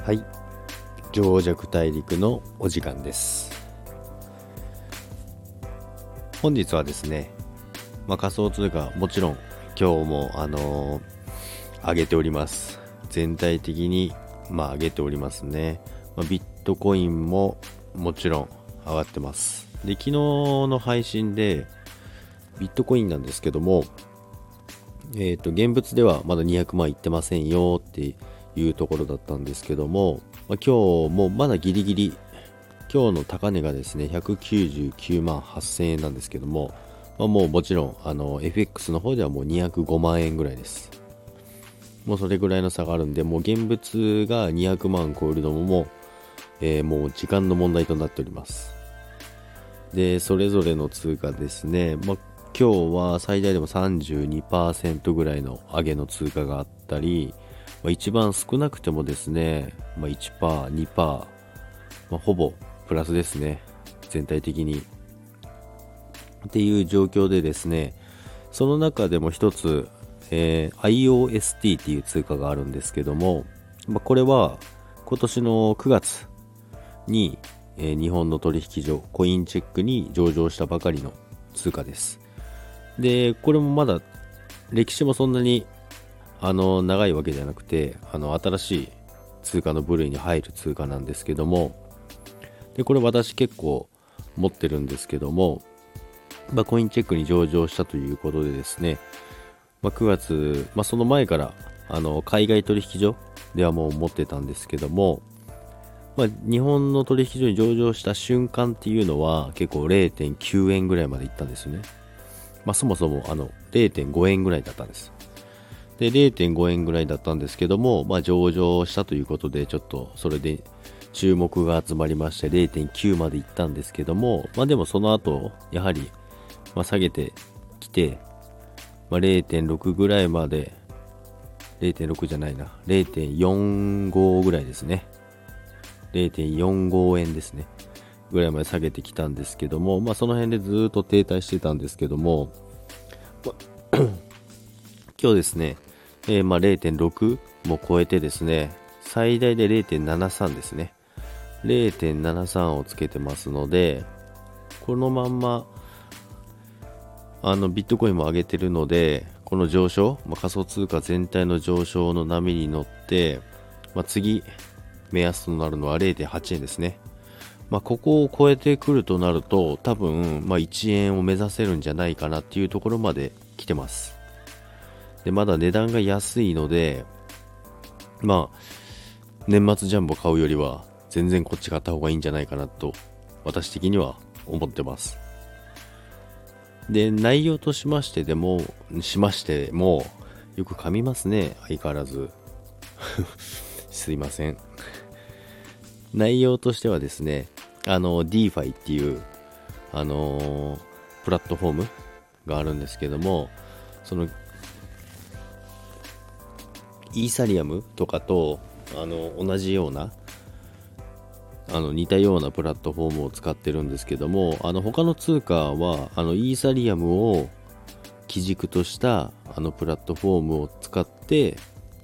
はい、情弱大陸のお時間です。本日はですね、仮想通貨もちろん今日も上げております。全体的に上げておりますね。ビットコインももちろん上がってます。で、昨日の配信でビットコインなんですけども、現物ではまだ200万いってませんよっていうところだったんですけども、今日もまだギリギリ、今日の高値がですね199万8000円なんですけども、もちろんFX の方ではもう205万円ぐらいです。もうそれぐらいの差があるんで、もう現物が200万超えるのももう時間の問題となっております。で、それぞれの通貨ですね、今日は最大でも 32% ぐらいの上げの通貨があったり、一番少なくてもですね、1%、2%、ほぼプラスですね、全体的にっていう状況でですね、その中でも一つ、IOST っていう通貨があるんですけども、これは今年の9月に、日本の取引所コインチェックに上場したばかりの通貨です。で、これもまだ歴史もそんなに長いわけじゃなくて、新しい通貨の部類に入る通貨なんですけども、でこれ私結構持ってるんですけども、コインチェックに上場したということでですね、9月、その前から海外取引所ではもう持ってたんですけども、日本の取引所に上場した瞬間っていうのは結構 0.9 円ぐらいまでいったんですよね。そもそも0.5 円ぐらいだったんです。で、0.5 円ぐらいだったんですけども、上場したということでちょっとそれで注目が集まりまして 0.9 までいったんですけども、でもその後やはり下げてきて、0.6 ぐらいまで、0.6 じゃないな、0.45 ぐらいですね。0.45 円ですね。ぐらいまで下げてきたんですけども、その辺でずっと停滞してたんですけども、今日ですね、0.6 も超えてですね、最大で 0.73 ですね。0.73 をつけてますので、このまんまビットコインも上げてるので、この上昇、仮想通貨全体の上昇の波に乗って、次目安となるのは 0.8 円ですね。ここを超えてくるとなると、多分1円を目指せるんじゃないかなっていうところまで来てます。で、まだ値段が安いので、年末ジャンボ買うよりは全然こっち買った方がいいんじゃないかなと私的には思ってます。で、内容としましてもよく噛みますね、相変わらずすいません。内容としてはですね、DeFi っていうプラットフォームがあるんですけども、そのイーサリアムとかと同じような似たようなプラットフォームを使ってるんですけども、他の通貨はイーサリアムを基軸としたプラットフォームを使って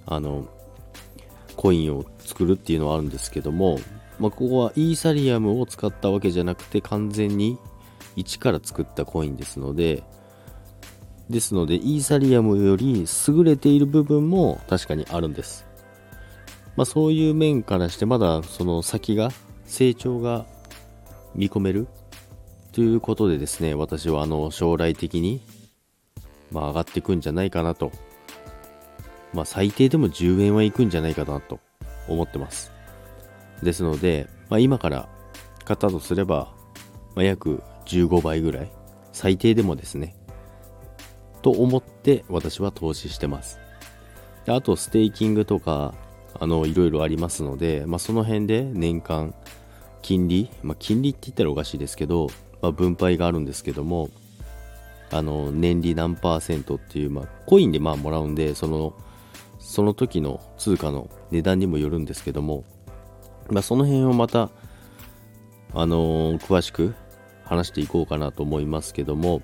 コインを作るっていうのはあるんですけども、ここはイーサリアムを使ったわけじゃなくて完全に一から作ったコインですのでイーサリアムより優れている部分も確かにあるんです。そういう面からしてまだその先が成長が見込めるということでですね、私は将来的に上がっていくんじゃないかなと、最低でも10円はいくんじゃないかなと思ってます。ですので、今から買ったとすれば、約15倍ぐらい最低でもですねと思って私は投資してます。で、あとステーキングとかいろいろありますので、その辺で年間金利、金利って言ったらおかしいですけど、分配があるんですけども、年利何%っていう、コインでもらうんで、その時の通貨の値段にもよるんですけども、その辺をまた詳しく話していこうかなと思いますけども、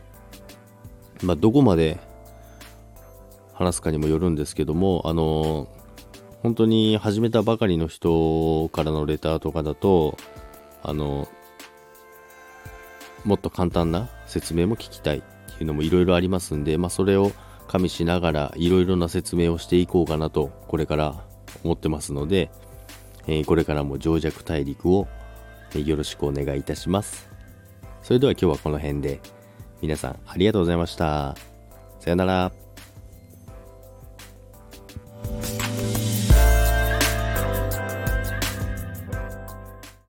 どこまで話すかにもよるんですけども、 本当に始めたばかりの人からのレターとかだと、もっと簡単な説明も聞きたいっていうのもいろいろありますんで、それを加味しながらいろいろな説明をしていこうかなとこれから思ってますので、これからも情弱大陸をよろしくお願いいたします。それでは今日はこの辺で、皆さんありがとうございました。さよなら。